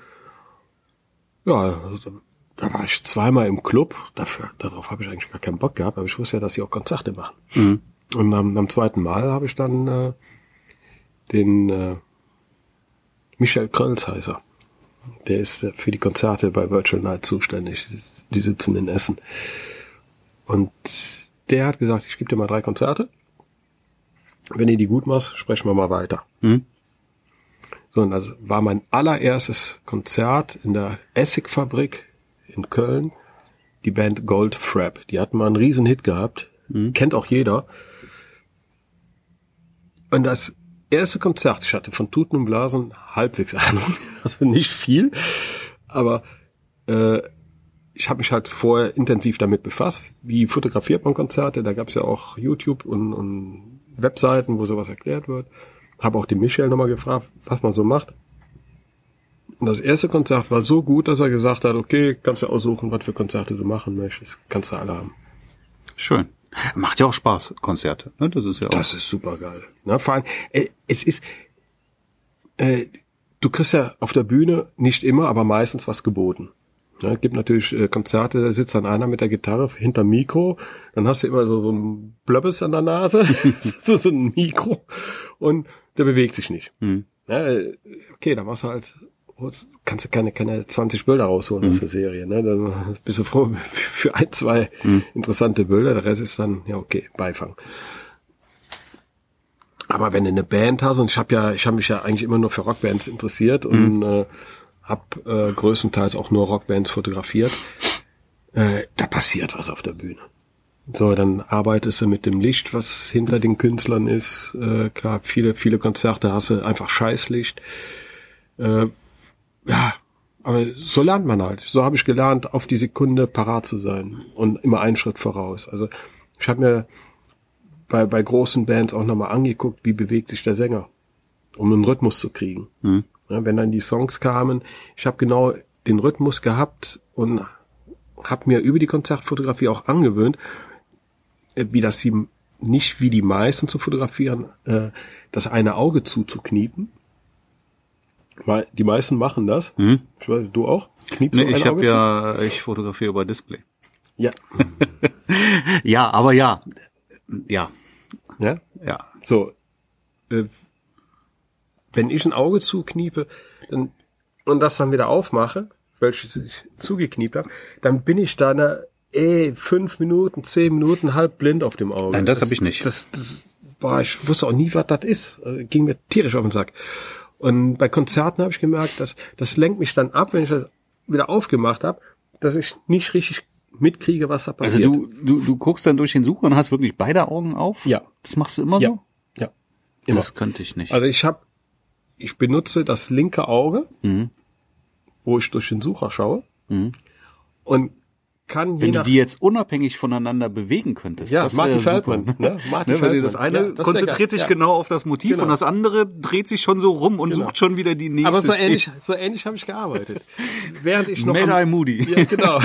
Ja, da war ich zweimal im Club, dafür, darauf habe ich eigentlich gar keinen Bock gehabt, aber ich wusste ja, dass sie auch Konzerte machen. Mhm. Und am, am zweiten Mal habe ich dann äh, den äh, Michael Krölz heißt er. Der ist für die Konzerte bei Virtual Night zuständig. Die sitzen in Essen. Und der hat gesagt, ich gebe dir mal drei Konzerte. Wenn ihr die gut machst, sprechen wir mal weiter. Mhm. So, und das war mein allererstes Konzert in der Essigfabrik in Köln. Die Band Goldfrapp. Die hatten mal einen riesen Hit gehabt. Mhm. Kennt auch jeder. Und das erste Konzert, ich hatte von Tuten und Blasen halbwegs Ahnung, also nicht viel, aber äh, ich habe mich halt vorher intensiv damit befasst, wie fotografiert man Konzerte, da gab es ja auch YouTube und, und Webseiten, wo sowas erklärt wird, habe auch den Michael nochmal gefragt, was man so macht Und das erste Konzert war so gut, dass er gesagt hat, okay, kannst du aussuchen, was für Konzerte du machen möchtest. Kannst du alle haben. Schön. Macht ja auch Spaß, Konzerte. Ne? Das ist ja auch. Das ist super geil. Ne? Vor allem, äh, es ist, äh, du kriegst ja auf der Bühne nicht immer, aber meistens was geboten. Ne? Es gibt natürlich äh, Konzerte, da sitzt dann einer mit der Gitarre hinterm Mikro, dann hast du immer so, so ein Blöbbes an der Nase, so, so ein Mikro, und der bewegt sich nicht. Mhm. Ne? Okay, dann machst du halt, kannst du keine, keine zwanzig Bilder rausholen mhm. aus der Serie. Ne? Dann bist du froh für ein, zwei mhm. interessante Bilder, der Rest ist dann, ja okay, Beifang. Aber wenn du eine Band hast, und ich habe ja, ich habe mich ja eigentlich immer nur für Rockbands interessiert und mhm. äh, habe äh, größtenteils auch nur Rockbands fotografiert, äh, da passiert was auf der Bühne. So, dann arbeitest du mit dem Licht, was hinter den Künstlern ist. Äh, klar, viele, viele Konzerte hast du einfach Scheißlicht. Äh, ja, aber so lernt man halt. So habe ich gelernt, auf die Sekunde parat zu sein und immer einen Schritt voraus. Also ich habe mir bei bei großen Bands auch nochmal angeguckt, wie bewegt sich der Sänger, um einen Rhythmus zu kriegen. Mhm. Ja, wenn dann die Songs kamen, ich habe genau den Rhythmus gehabt und habe mir über die Konzertfotografie auch angewöhnt, wie das sie nicht wie die meisten zu fotografieren, äh, das eine Auge zuzukniepen. Weil die meisten machen das. Mhm. Ich weiß, du auch? Kniepst nee, du ein ich habe ja, ich fotografiere über Display. Ja. Ja, aber ja. Ja. Ja? Ja. So. Äh, wenn ich ein Auge zukniepe dann, und das dann wieder aufmache, welches ich zugekniept habe, dann bin ich da eine, ey, fünf Minuten, zehn Minuten halb blind auf dem Auge. Nein, das, das habe ich nicht. Das, das, boah, ich wusste auch nie, was das ist. Ging mir tierisch auf den Sack. Und bei Konzerten habe ich gemerkt, dass das lenkt mich dann ab, wenn ich das wieder aufgemacht habe, dass ich nicht richtig mitkriege, was da passiert. Also du, du, du guckst dann durch den Sucher und hast wirklich beide Augen auf? Ja. Das machst du immer ja. so? Ja. Immer. Das könnte ich nicht. Also ich habe, ich benutze das linke Auge, mhm. wo ich durch den Sucher schaue, mhm. und kann wenn je du nach, die jetzt unabhängig voneinander bewegen könntest. Ja, das Marty super. Feldman. Ne? Marty ne, Feldman. Das eine ja, das konzentriert sich ja. genau auf das Motiv genau. und das andere dreht sich schon so rum und genau. sucht schon wieder die nächste. Aber so ähnlich, so ähnlich habe ich gearbeitet. Während ich noch Mad Eye am, Moody. Ja, genau.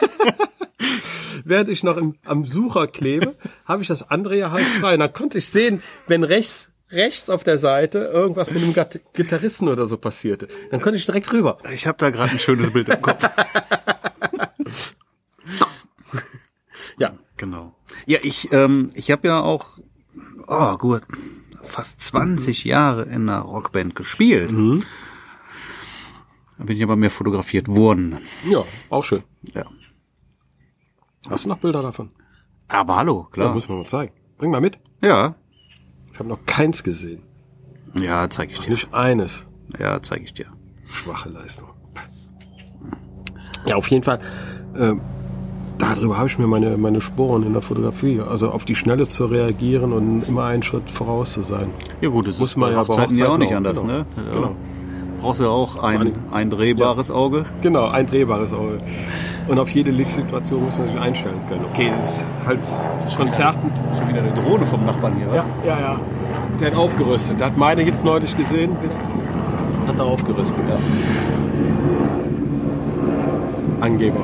Während ich noch im, am Sucher klebe, habe ich das andere ja halt frei. Und dann konnte ich sehen, wenn rechts rechts auf der Seite irgendwas mit einem Gitarristen oder so passierte. Dann konnte ich direkt rüber. Ich habe da gerade ein schönes Bild im Kopf. Ja, genau. Ja, ich ähm, ich habe ja auch oh gut fast zwanzig Jahre in einer Rockband gespielt. Mhm. Da bin ich aber mehr fotografiert worden. Ja, auch schön. Ja. Hast du noch Bilder davon? Aber hallo, klar. Ja, muss man mal zeigen. Bring mal mit. Ja. Ich habe noch keins gesehen. Ja, zeige ich dir. Nicht eines. Ja, zeige ich dir. Schwache Leistung. Ja, auf jeden Fall. Äh, darüber habe ich mir meine meine Sporen in der Fotografie, also auf die Schnelle zu reagieren und immer einen Schritt voraus zu sein. Ja gut, das muss ist man bei ja Hochzeiten ja auch nicht anders, genau. ne? Ja. Genau. Brauchst du ja auch ein ein drehbares ja. Auge. Genau, ein drehbares Auge. Und auf jede Lichtsituation muss man sich einstellen können. Okay, das ist halt das ist Konzerten. Wieder, schon wieder eine Drohne vom Nachbarn hier, was? Ja, ja, ja. Der hat aufgerüstet. Der hat meine jetzt neulich gesehen. Hat er aufgerüstet. Ja. Angeber.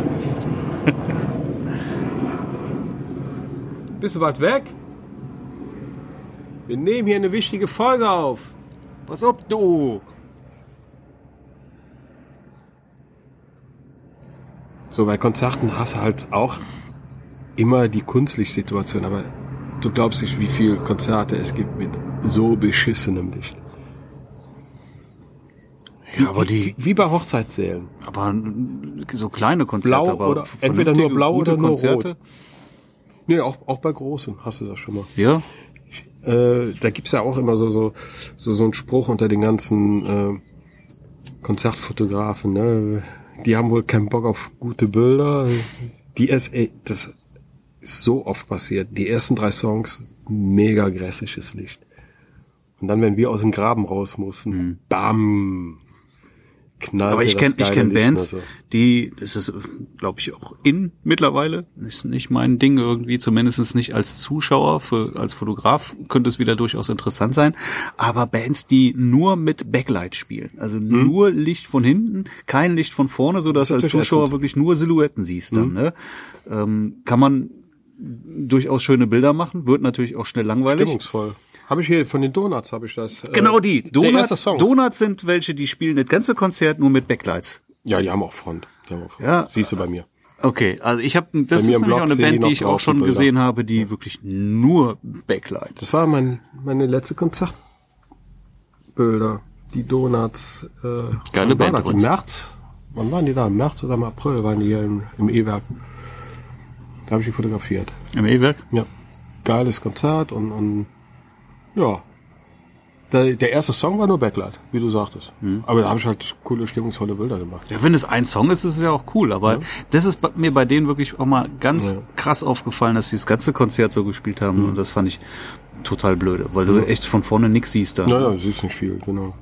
Bist du bald weg? Wir nehmen hier eine wichtige Folge auf. Pass auf, du! So, bei Konzerten hast du halt auch immer die Kunstlichtsituation, aber du glaubst nicht, wie viele Konzerte es gibt mit so beschissenem Licht. Ja, aber die wie, wie bei Hochzeitssälen. Aber so kleine Konzerte, blau aber oder entweder nur blau oder nur Konzerte? rot. Nee, auch auch bei großen hast du das schon mal. Ja. Äh, da gibt's ja auch immer so so so so einen Spruch unter den ganzen äh, Konzertfotografen, ne? Die haben wohl keinen Bock auf gute Bilder. Die ist, ey, das ist so oft passiert. Die ersten drei Songs, mega grässliches Licht. Und dann, wenn wir aus dem Graben raus mussten, mhm. bam, knallte Aber ich das kenne ich geile kenn Licht Bands, nur so. die, das ist, glaube ich, auch in mittlerweile, ist nicht mein Ding irgendwie, zumindest nicht als Zuschauer, für, als Fotograf könnte es wieder durchaus interessant sein, aber Bands, die nur mit Backlight spielen, also Mhm. nur Licht von hinten, kein Licht von vorne, so dass Das du ist als Zuschauer ätzend. wirklich nur Silhouetten siehst dann, Mhm. ne? Ähm, kann man durchaus schöne Bilder machen, wird natürlich auch schnell langweilig. Stimmungsvoll. Habe ich hier von den Donuts, habe ich das. Genau äh, die. Der erste Donuts, Song. Donuts sind welche, die spielen das ganze Konzert nur mit Backlights. Ja, die haben auch Front. Die haben auch Front. Ja. Siehst du bei mir. Okay, also ich habe, das Bei ist mir im nämlich Blog auch eine sehen die Band, die noch ich auch drauf, schon die Bilder. gesehen habe, die wirklich nur Backlight. Das war mein meine letzte Konzertbilder. Die Donuts. Äh, Geile wann war Band das? Im übrigens. März. Wann waren die da? Im März oder im April waren die hier im, im E-Werk. Da habe ich die fotografiert. Im E-Werk? Ja. Geiles Konzert und, und ja. Der, der erste Song war nur Backlight, wie du sagtest. Aber da habe ich halt coole, stimmungsvolle Bilder gemacht. Ja, wenn es ein Song ist, ist es ja auch cool, aber das ist bei- mir bei denen wirklich auch mal ganz Ja. krass aufgefallen, dass sie das ganze Konzert so gespielt haben und das fand ich total blöde, weil du echt von vorne nix siehst da. Naja, du siehst nicht viel, genau.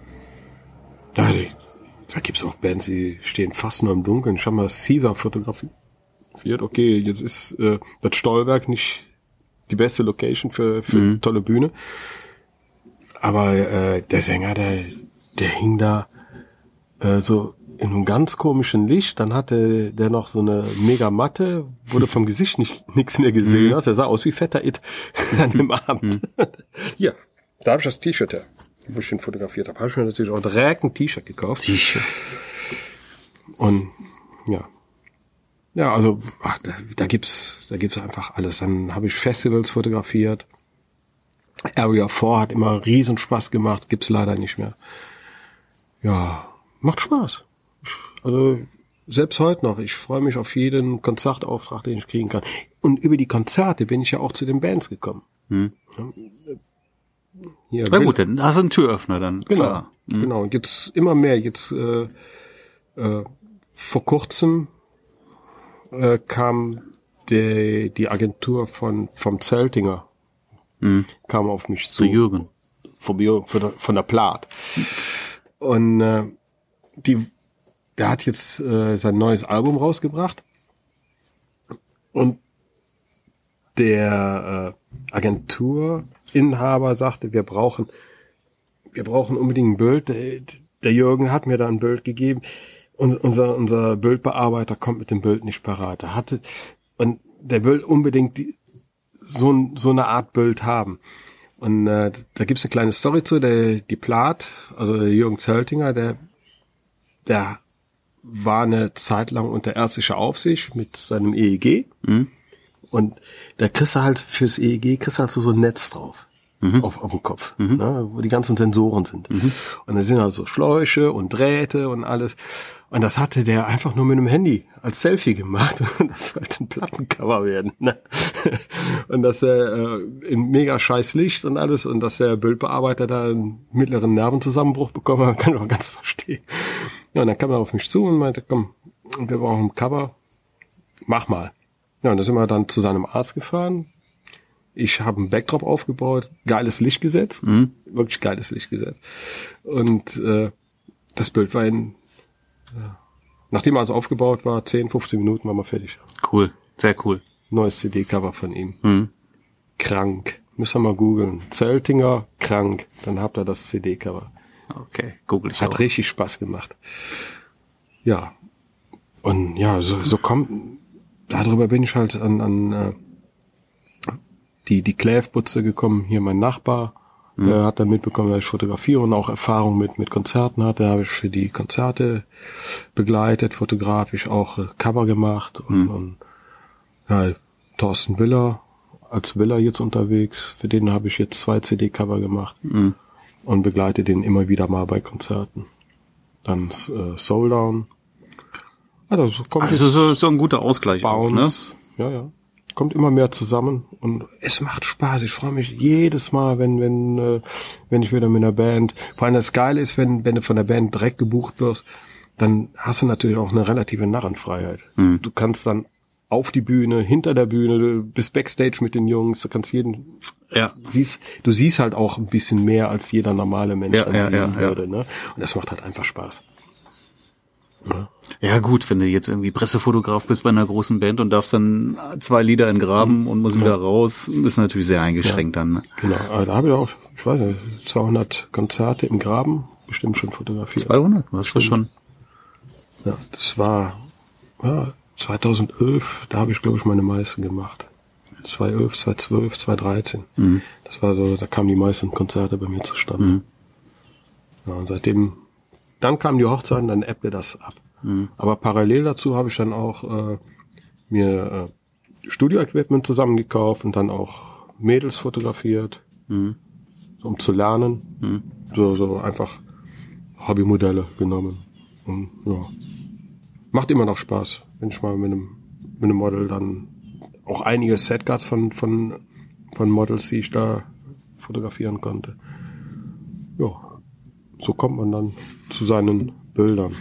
Ja, die, da gibt's auch Bands, die stehen fast nur im Dunkeln. Ich habe mal Caesar fotografiert. Okay, jetzt ist äh, das Stollwerk nicht die beste Location für, für eine tolle Bühne. Aber äh, der Sänger, der, der hing da äh, so in einem ganz komischen Licht. Dann hatte der noch so eine mega Matte, wo du vom Gesicht nicht nichts mehr gesehen hast. Der sah aus wie fetter It an dem Abend. Ja, da habe ich das T-Shirt her, wo ich ihn fotografiert habe. Habe ich mir natürlich auch direkt ein T-Shirt gekauft. Sicher. Und ja. Ja, also ach, da, da gibt's da gibt's einfach alles. Dann habe ich Festivals fotografiert. Area vier hat immer riesen Spaß gemacht, gibt's leider nicht mehr. Ja, macht Spaß. Also selbst heute noch, ich freue mich auf jeden Konzertauftrag, den ich kriegen kann. Und über die Konzerte bin ich ja auch zu den Bands gekommen. Hm. Hier, Na gut, dann hast du einen Türöffner dann. Genau, Klar. genau. Und jetzt immer mehr. Jetzt äh, äh, vor kurzem äh, kam die, die Agentur von vom Zeltinger Mhm. kam auf mich zu. Zu Jürgen. Von, Bio- von, der, von der Plath. Und äh, die, der hat jetzt äh, sein neues Album rausgebracht. Und der äh, Agenturinhaber sagte, wir brauchen, wir brauchen unbedingt ein Bild. Der, der Jürgen hat mir da ein Bild gegeben. Und unser, unser Bildbearbeiter kommt mit dem Bild nicht parat. Er hatte, und der will unbedingt die, so, so eine Art Bild haben. Und äh, da gibt's eine kleine Story zu, der die Plath, also der Jürgen Zeltinger, der der war eine Zeit lang unter ärztlicher Aufsicht mit seinem E E G. Mhm. Und da kriegst du halt fürs E E G kriegst du halt so, so ein Netz drauf. Mhm. Auf, auf dem Kopf, Mhm. ne, wo die ganzen Sensoren sind. Mhm. Und da sind halt so Schläuche und Drähte und alles. Und das hatte der einfach nur mit einem Handy als Selfie gemacht. Und das sollte ein Plattencover werden. Ne? Und dass er äh, in mega scheiß Licht und alles und dass der Bildbearbeiter da einen mittleren Nervenzusammenbruch bekommen hat, kann ich auch ganz verstehen. Ja, und dann kam er auf mich zu und meinte, komm, wir brauchen ein Cover. Mach mal. Ja, und da sind wir dann zu seinem Arzt gefahren. Ich habe einen Backdrop aufgebaut, geiles Licht gesetzt, Mhm. wirklich geiles Licht gesetzt. Und äh, das Bild war in, ja, nachdem alles aufgebaut war, zehn, fünfzehn Minuten waren wir fertig. Cool, sehr cool. Neues C D-Cover von ihm. Mhm. Krank. Müssen wir mal googeln. Zeltinger, krank. Dann habt ihr das C D-Cover. Okay, google ich Hat auch. richtig Spaß gemacht. Ja. Und ja, so, so kommt, darüber bin ich halt an, an äh, die, die Kläfbutze gekommen. Hier mein Nachbar, mhm. der hat dann mitbekommen, dass ich fotografiere und auch Erfahrung mit, mit Konzerten hatte. Da habe ich für die Konzerte begleitet, fotografisch auch äh, Cover gemacht und, Mhm. und ja, Thorsten Willer, als Willer jetzt unterwegs. Für den habe ich jetzt zwei C D-Cover gemacht. Mhm. Und begleite den immer wieder mal bei Konzerten. Dann äh, Souldown. Also kommt Also so, so ein guter Ausgleich auch, ne? Bounce. Ja, ja. Kommt immer mehr zusammen und es macht Spaß. Ich freue mich jedes Mal, wenn wenn äh, wenn ich wieder mit einer Band. Vor allem das Geile ist, wenn wenn du von der Band direkt gebucht wirst, dann hast du natürlich auch eine relative Narrenfreiheit. Mhm. Du kannst dann auf die Bühne, hinter der Bühne, du bist Backstage mit den Jungs, du kannst jeden Ja. siehst, du siehst halt auch ein bisschen mehr, als jeder normale Mensch Ja, dann ja, sehen ja, ja. würde, ne? Und das macht halt einfach Spaß. Ja. Ja gut, wenn du jetzt irgendwie Pressefotograf bist bei einer großen Band und darfst dann zwei Lieder in den Graben und musst ja. wieder raus, ist natürlich sehr eingeschränkt ja. dann. Ne? Genau, aber da habe ich auch, ich weiß nicht, zweihundert Konzerte im Graben bestimmt schon fotografiert. zweihundert? Was ist das schon? Ja, das war ja, zweitausendelf, da habe ich glaube ich meine meisten gemacht. zweitausendelf, zweitausendzwölf, zweitausenddreizehn. Mhm. Das war so, da kamen die meisten Konzerte bei mir zustande. Mhm. Ja, und seitdem, dann kamen die Hochzeiten, dann ebbte das ab. Mhm. Aber parallel dazu habe ich dann auch äh, mir äh, Studio-Equipment zusammengekauft und dann auch Mädels fotografiert, mhm. so, um zu lernen. Mhm. So, so einfach Hobbymodelle genommen. Und, ja. Macht immer noch Spaß, wenn ich mal mit einem, mit einem Model dann auch einige Setcards von, von, von Models, die ich da fotografieren konnte. Ja, so kommt man dann zu seinen Bildern.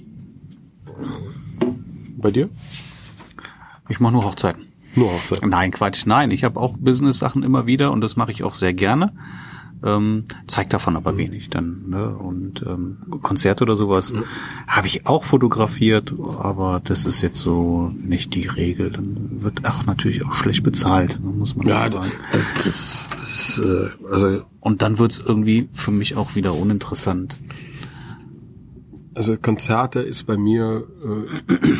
Bei dir? Ich mache nur Hochzeiten. Nur Hochzeiten? Nein, Quatsch, nein. Ich habe auch Business-Sachen immer wieder und das mache ich auch sehr gerne. Ähm, zeigt davon aber wenig dann, ne? Und ähm, Konzerte oder sowas ja. habe ich auch fotografiert, aber das ist jetzt so nicht die Regel. Dann wird auch natürlich auch schlecht bezahlt, muss man ja, sagen. Das, das, das, äh, also und dann wird's irgendwie für mich auch wieder uninteressant. Also Konzerte ist bei mir äh,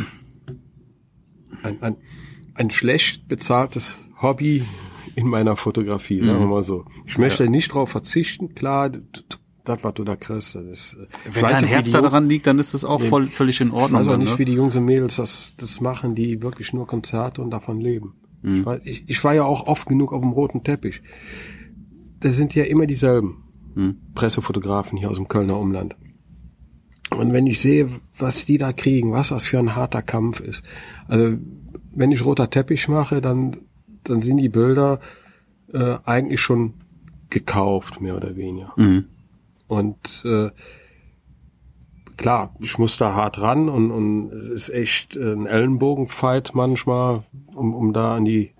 ein, ein, ein schlecht bezahltes Hobby in meiner Fotografie, sagen wir mal so. Ich möchte ja. nicht drauf verzichten, klar, das, was du da kriegst. Das ist, wenn dein Herz da daran liegt, dann ist das auch voll, völlig in Ordnung. Ich weiß auch nicht, ne? wie die Jungs und Mädels das, das machen, die wirklich nur Konzerte und davon leben. Mhm. Ich, war, ich, ich war ja auch oft genug auf dem roten Teppich. Das sind ja immer dieselben mhm. Pressefotografen hier aus dem Kölner Umland. Und wenn ich sehe, was die da kriegen, was das für ein harter Kampf ist. Also, wenn ich roter Teppich mache, dann dann sind die Bilder äh, eigentlich schon gekauft, mehr oder weniger. Mhm. Und äh, klar, ich muss da hart ran und, und es ist echt ein Ellenbogenfight manchmal, um, um da an die,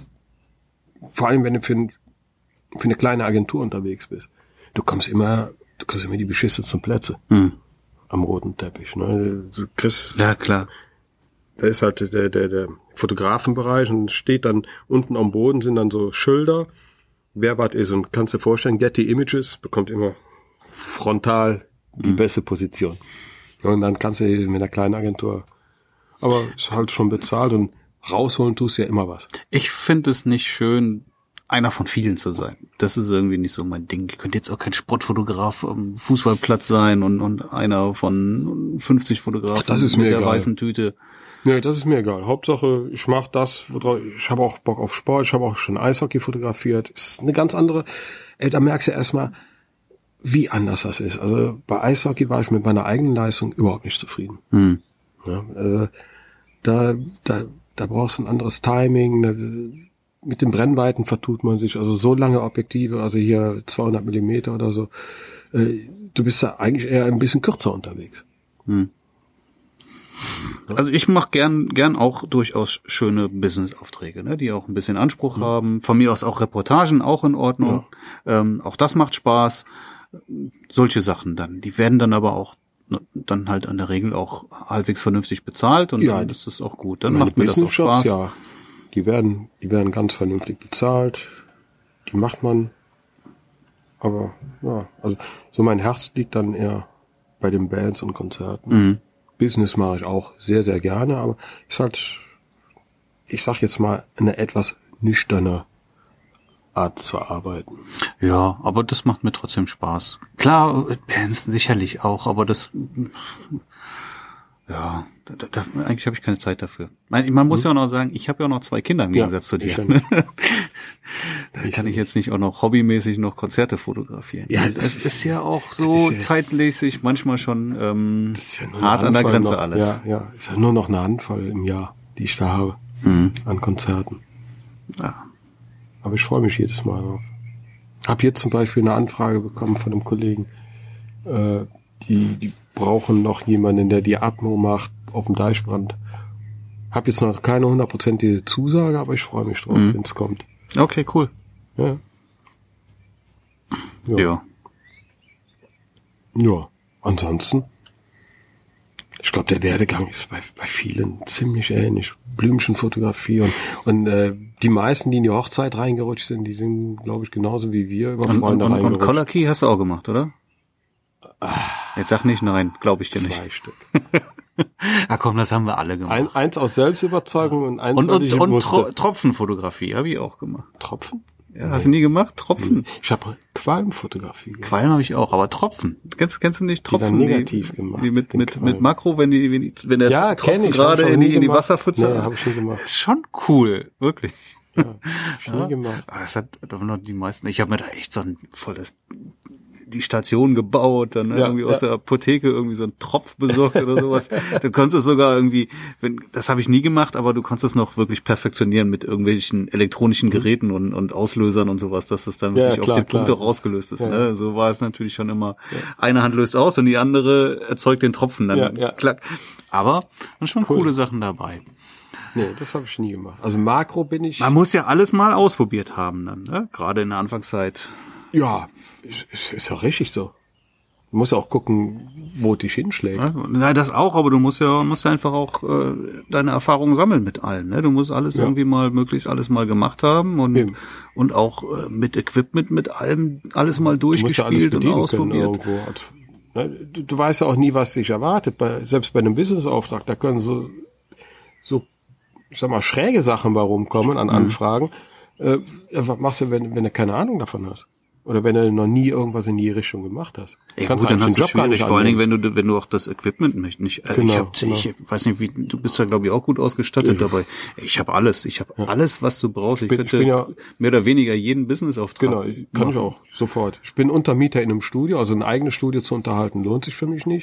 vor allem wenn du für, ein, für eine kleine Agentur unterwegs bist. Du kommst immer, du kriegst immer die beschissensten Plätze mhm. am roten Teppich. Ne? Du kriegst, ja, klar. Da ist halt der, der, der Fotografenbereich und steht dann unten am Boden sind dann so Schilder, wer was ist. Und kannst dir vorstellen, Getty Images bekommt immer frontal die mhm. beste Position. Und dann kannst du mit einer kleinen Agentur, aber ist halt schon bezahlt und rausholen tust ja immer was. Ich finde es nicht schön, einer von vielen zu sein. Das ist irgendwie nicht so mein Ding. Ich könnte jetzt auch kein Sportfotograf am Fußballplatz sein und, und einer von fünfzig Fotografen das ist mit mir der egal. weißen Tüte. Nee, das ist mir egal. Hauptsache, ich mache das, ich habe auch Bock auf Sport, ich habe auch schon Eishockey fotografiert. Ist eine ganz andere, ey, da merkst du erstmal, wie anders das ist. Also bei Eishockey war ich mit meiner eigenen Leistung überhaupt nicht zufrieden. Hm. Ja, also, da, da, da brauchst du ein anderes Timing, ne, mit den Brennweiten vertut man sich, also so lange Objektive, also hier zweihundert Millimeter oder so, äh, du bist da eigentlich eher ein bisschen kürzer unterwegs. Hm. Also ich mache gern gern auch durchaus schöne Business-Aufträge, ne, die auch ein bisschen Anspruch mhm. haben. Von mir aus auch Reportagen, auch in Ordnung. Ja. Ähm, auch das macht Spaß. Solche Sachen dann. Die werden dann aber auch dann halt an der Regel auch halbwegs vernünftig bezahlt und ja, dann ist das auch gut. Dann macht mir das auch Spaß. Ja, die werden, die werden ganz vernünftig bezahlt. Die macht man. Aber ja, also so mein Herz liegt dann eher bei den Bands und Konzerten. Mhm. Business mache ich auch sehr, sehr gerne, aber ist halt, ich sag jetzt mal, eine etwas nüchterne Art zu arbeiten. Ja, aber das macht mir trotzdem Spaß. Klar, Bands sicherlich auch, aber das, ja, da, da, eigentlich habe ich keine Zeit dafür. Man, man muss hm. ja auch noch sagen, ich habe ja auch noch zwei Kinder im Gegensatz ja, zu dir. Da kann ich jetzt nicht auch noch hobbymäßig noch Konzerte fotografieren. Ja, es ist ja auch so ja zeitmäßig manchmal schon ähm, ja hart an der Grenze noch, alles. Ja, ja, ist ja nur noch eine Handvoll im Jahr, die ich da habe mhm. an Konzerten. Ja. Aber ich freue mich jedes Mal drauf. Hab hier zum Beispiel eine Anfrage bekommen von einem Kollegen, äh, die, die brauchen noch jemanden, der die Atmo macht auf dem Deichbrand. Hab jetzt noch keine hundertprozentige Zusage, aber ich freue mich drauf, mhm. wenn es kommt. Okay, cool. Ja. Ja. Ja. Ja. Ansonsten Ich glaube, der Werdegang ist bei, bei vielen ziemlich ähnlich. Blümchenfotografie und, und äh, die meisten, die in die Hochzeit reingerutscht sind, die sind, glaube ich, genauso wie wir über Freunde und, und, reingerutscht. Und Color Key hast du auch gemacht, oder? Jetzt sag nicht nein, glaube ich dir nicht. Zwei Stück. Ah komm, das haben wir alle gemacht. Ein, eins aus Selbstüberzeugung und eins, und weil und, ich und musste. Tro- Tropfenfotografie habe ich auch gemacht. Tropfen? Ja, hast du nie gemacht? Tropfen? Ich habe Qualmfotografie gemacht. Qualm habe ich auch, aber Tropfen. Kennst, kennst du nicht Tropfen? Die dann negativ gemacht, Die mit, den mit, Qualm. mit Makro, wenn die, wenn, die, wenn der Ja, kenn Tropfen ich, hab gerade ich auch in nie die, in die gemacht. Wasserpfütze. Nee, hab ich nie gemacht. Ist schon cool, wirklich. Ja, hab ich nie gemacht. Aber das hat doch noch die meisten. Ich habe mir da echt so ein voll das die Station gebaut, dann ne, Ja, irgendwie aus ja. der Apotheke irgendwie so einen Tropf besorgt oder sowas. Du konntest es sogar irgendwie, wenn, das habe ich nie gemacht, aber du konntest es noch wirklich perfektionieren mit irgendwelchen elektronischen Geräten und, und Auslösern und sowas, dass es dann Ja, wirklich klar, auf den Punkt klar. auch ausgelöst ist. Ja. Ne? So war es natürlich schon immer. Eine Hand löst aus und die andere erzeugt den Tropfen dann. Ja, ja. Klack. Aber waren schon Cool. coole Sachen dabei. Nee, das habe ich nie gemacht. Also Makro bin ich. Man muss ja alles mal ausprobiert haben dann, ne? Gerade in der Anfangszeit. Ja, ist, ist, ist ja richtig so. Du musst ja auch gucken, wo dich hinschlägt. Ja, na, das auch, aber du musst ja, musst ja einfach auch äh, deine Erfahrungen sammeln mit allem. Ne? Du musst alles Ja. irgendwie mal, möglichst alles mal gemacht haben und Eben. und auch äh, mit Equipment, mit allem, alles mal Du musst ja alles durchgespielt und bedienen können ausprobiert. irgendwo. Also, ne, du, du weißt ja auch nie, was dich erwartet. Bei, selbst bei einem Businessauftrag, da können so, so, ich sag mal, schräge Sachen bei rumkommen an Anfragen. Äh, ja, was machst du, wenn, wenn du keine Ahnung davon hast? Oder wenn du noch nie irgendwas in die Richtung gemacht hast. Ja, Kannst gut, dann eigentlich hast du den Job gar schwierig, nicht vor allen Dingen, annehmen. wenn du, wenn du auch das Equipment nicht, nicht also Genau, ich, hab, genau. ich weiß nicht, wie, du bist ja, glaube ich, auch gut ausgestattet dabei. Ich habe alles, ich habe alles, was du brauchst. Ich, bin- ich könnte bin ja- mehr oder weniger jeden Businessauftrag Genau, kann ich auch, sofort. Ich bin Untermieter in einem Studio, also ein eigenes Studio zu unterhalten lohnt sich für mich nicht.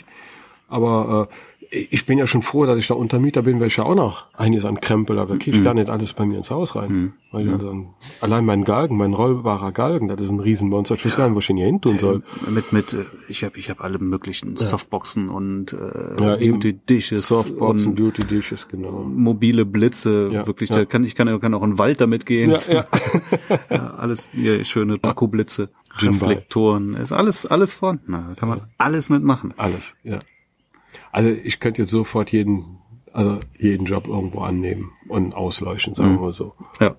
Aber äh, ich bin ja schon froh, dass ich da Untermieter bin, weil ich ja auch noch einiges an Krempel habe. Da kriege ich gar nicht alles bei mir ins Haus rein. Weil ich also, allein mein Galgen, mein rollbarer Galgen, das ist ein Riesenmonster. Ich weiß gar nicht, wo ich ihn hier hin tun soll. Mit, mit, äh, ich habe ich hab alle möglichen Softboxen und äh, Ja, eben. Beauty Dishes Softboxen, und Beauty Dishes, genau. mobile Blitze, Ja, wirklich, ja. da kann ich kann, kann auch in den Wald damit gehen. Ja, ja. Ja, alles hier schöne Akkublitze, Ginball. Reflektoren, ist alles alles vorhanden. Na, da kann man alles mitmachen. Alles, ja. Also ich könnte jetzt sofort jeden, also jeden Job irgendwo annehmen und ausleuchten, sagen wir mal so. Ja.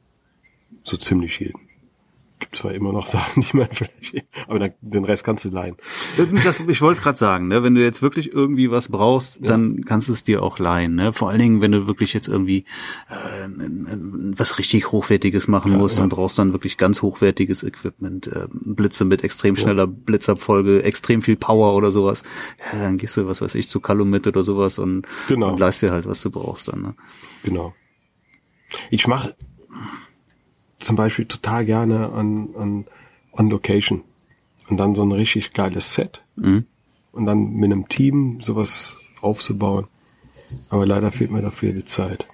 So ziemlich jeden. Gibt zwar immer noch Sachen, die man vielleicht, aber dann, den Rest kannst du leihen. Das, ich wollte gerade sagen, ne, wenn du jetzt wirklich irgendwie was brauchst, dann kannst du es dir auch leihen. Ne? Vor allen Dingen, wenn du wirklich jetzt irgendwie äh, n- n- was richtig Hochwertiges machen musst ja. und brauchst dann wirklich ganz hochwertiges Equipment, äh, Blitze mit extrem schneller Blitzabfolge, extrem viel Power oder sowas. Ja, dann gehst du, was weiß ich, zu Calumet oder sowas und, Genau. und leist dir halt, was du brauchst dann. Ne? Genau. Ich mache zum Beispiel total gerne an, an on Location und dann so ein richtig geiles Set Mhm. und dann mit einem Team sowas aufzubauen. Aber leider fehlt mir dafür die Zeit.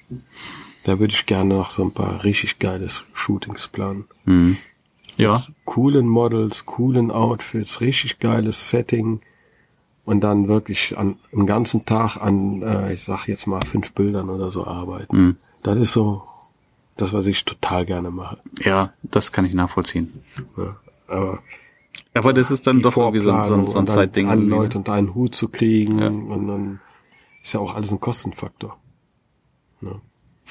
Da würde ich gerne noch so ein paar richtig geiles Shootings planen. Mhm. Ja. Coolen Models, coolen Outfits, richtig geiles Setting und dann wirklich an einen ganzen Tag an, äh, ich sag jetzt mal fünf Bildern oder so arbeiten. Mhm. Das ist so das, was ich total gerne mache. Ja, das kann ich nachvollziehen. Ja, aber Aber das ist dann die doch irgendwie so, ein- so, ein- so ein und dann Zeitding. alle irgendwie, ne? Leute unter einen Hut zu kriegen Ja. und dann ist ja auch alles ein Kostenfaktor. Ja.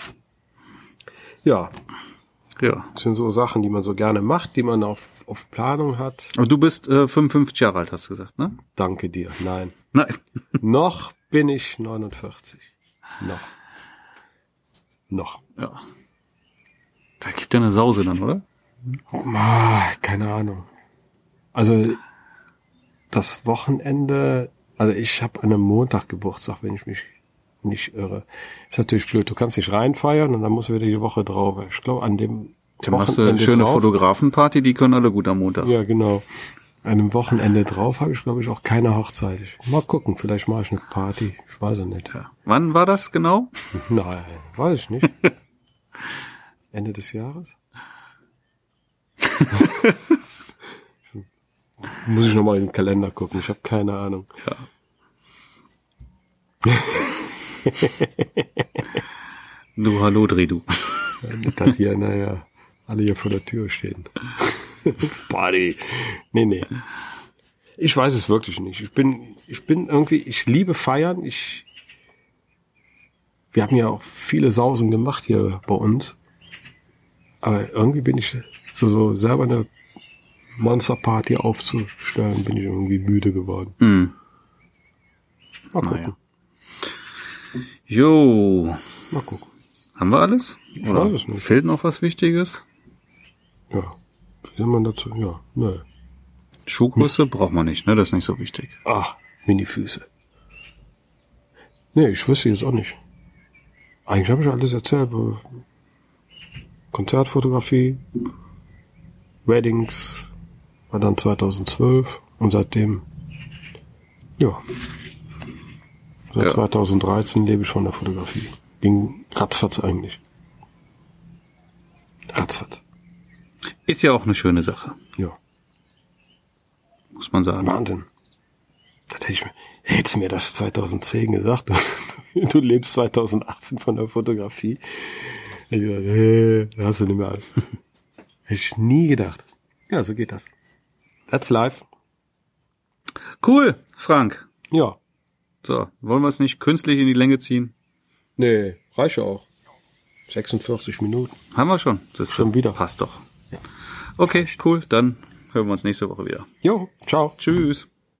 Ja, Ja. das sind so Sachen, die man so gerne macht, die man auf, auf Planung hat. Aber du bist äh, fünfundfünfzig Jahre alt, hast du gesagt, ne? Danke dir. Nein. Nein. Noch bin ich neunundvierzig. Noch. Noch. Ja. Da gibt ja eine Sause dann, oder? Ah, keine Ahnung. Also das Wochenende, also ich habe an einem Montag Geburtstag, wenn ich mich nicht irre. Ist natürlich blöd, du kannst nicht reinfeiern und dann musst du wieder die Woche drauf. Ich glaube, an dem Dann machst du eine schöne drauf, Fotografenparty, die können alle gut am Montag. Ja, genau. An einem Wochenende drauf habe ich, glaube ich, auch keine Hochzeit. Mal gucken, vielleicht mache ich eine Party. Ich weiß es nicht. Ja. Wann war das genau? Nein, weiß ich nicht. Ende des Jahres? Muss ich nochmal in den Kalender gucken. Ich habe keine Ahnung. Ja. Du, hallo, Dreh du. Das hier, naja, alle hier vor der Tür stehen. Party. Nee, nee. Ich weiß es wirklich nicht. Ich bin, ich bin irgendwie, ich liebe Feiern. Ich, wir haben ja auch viele Sausen gemacht hier bei uns. Aber irgendwie bin ich so, so selber eine Monsterparty aufzustellen, bin ich irgendwie müde geworden. Hm. Mal gucken. Naja. Jo. Mal gucken. Haben wir alles? Ich Oder weiß es nicht. fehlt noch was Wichtiges? Ja. Wie soll man dazu? Ja, ne. Schuhgröße braucht man nicht, ne? Das ist nicht so wichtig. Ach, Mini-Füße. Nee, ich wüsste jetzt auch nicht. Eigentlich habe ich alles erzählt. Konzertfotografie, Weddings, war dann zweitausendzwölf und seitdem, ja, seit Ja. zweitausenddreizehn lebe ich von der Fotografie. Ging ratzfatz eigentlich. Ratzfatz. Ist ja auch eine schöne Sache, Ja. muss man sagen. Wahnsinn. Das hätte ich mir, hättest du mir das zweitausendzehn gesagt, du, du lebst zweitausendachtzehn von der Fotografie. Ich dachte, hey, da hast du nicht mehr alles. Hätte ich nie gedacht. Ja, so geht das. That's life. Cool, Frank. Ja. So, wollen wir es nicht künstlich in die Länge ziehen? Nee, reicht ja auch. sechsundvierzig Minuten. Haben wir schon. Das ist Schon wieder. Passt doch. Okay, cool. Dann hören wir uns nächste Woche wieder. Jo, ciao. Tschüss.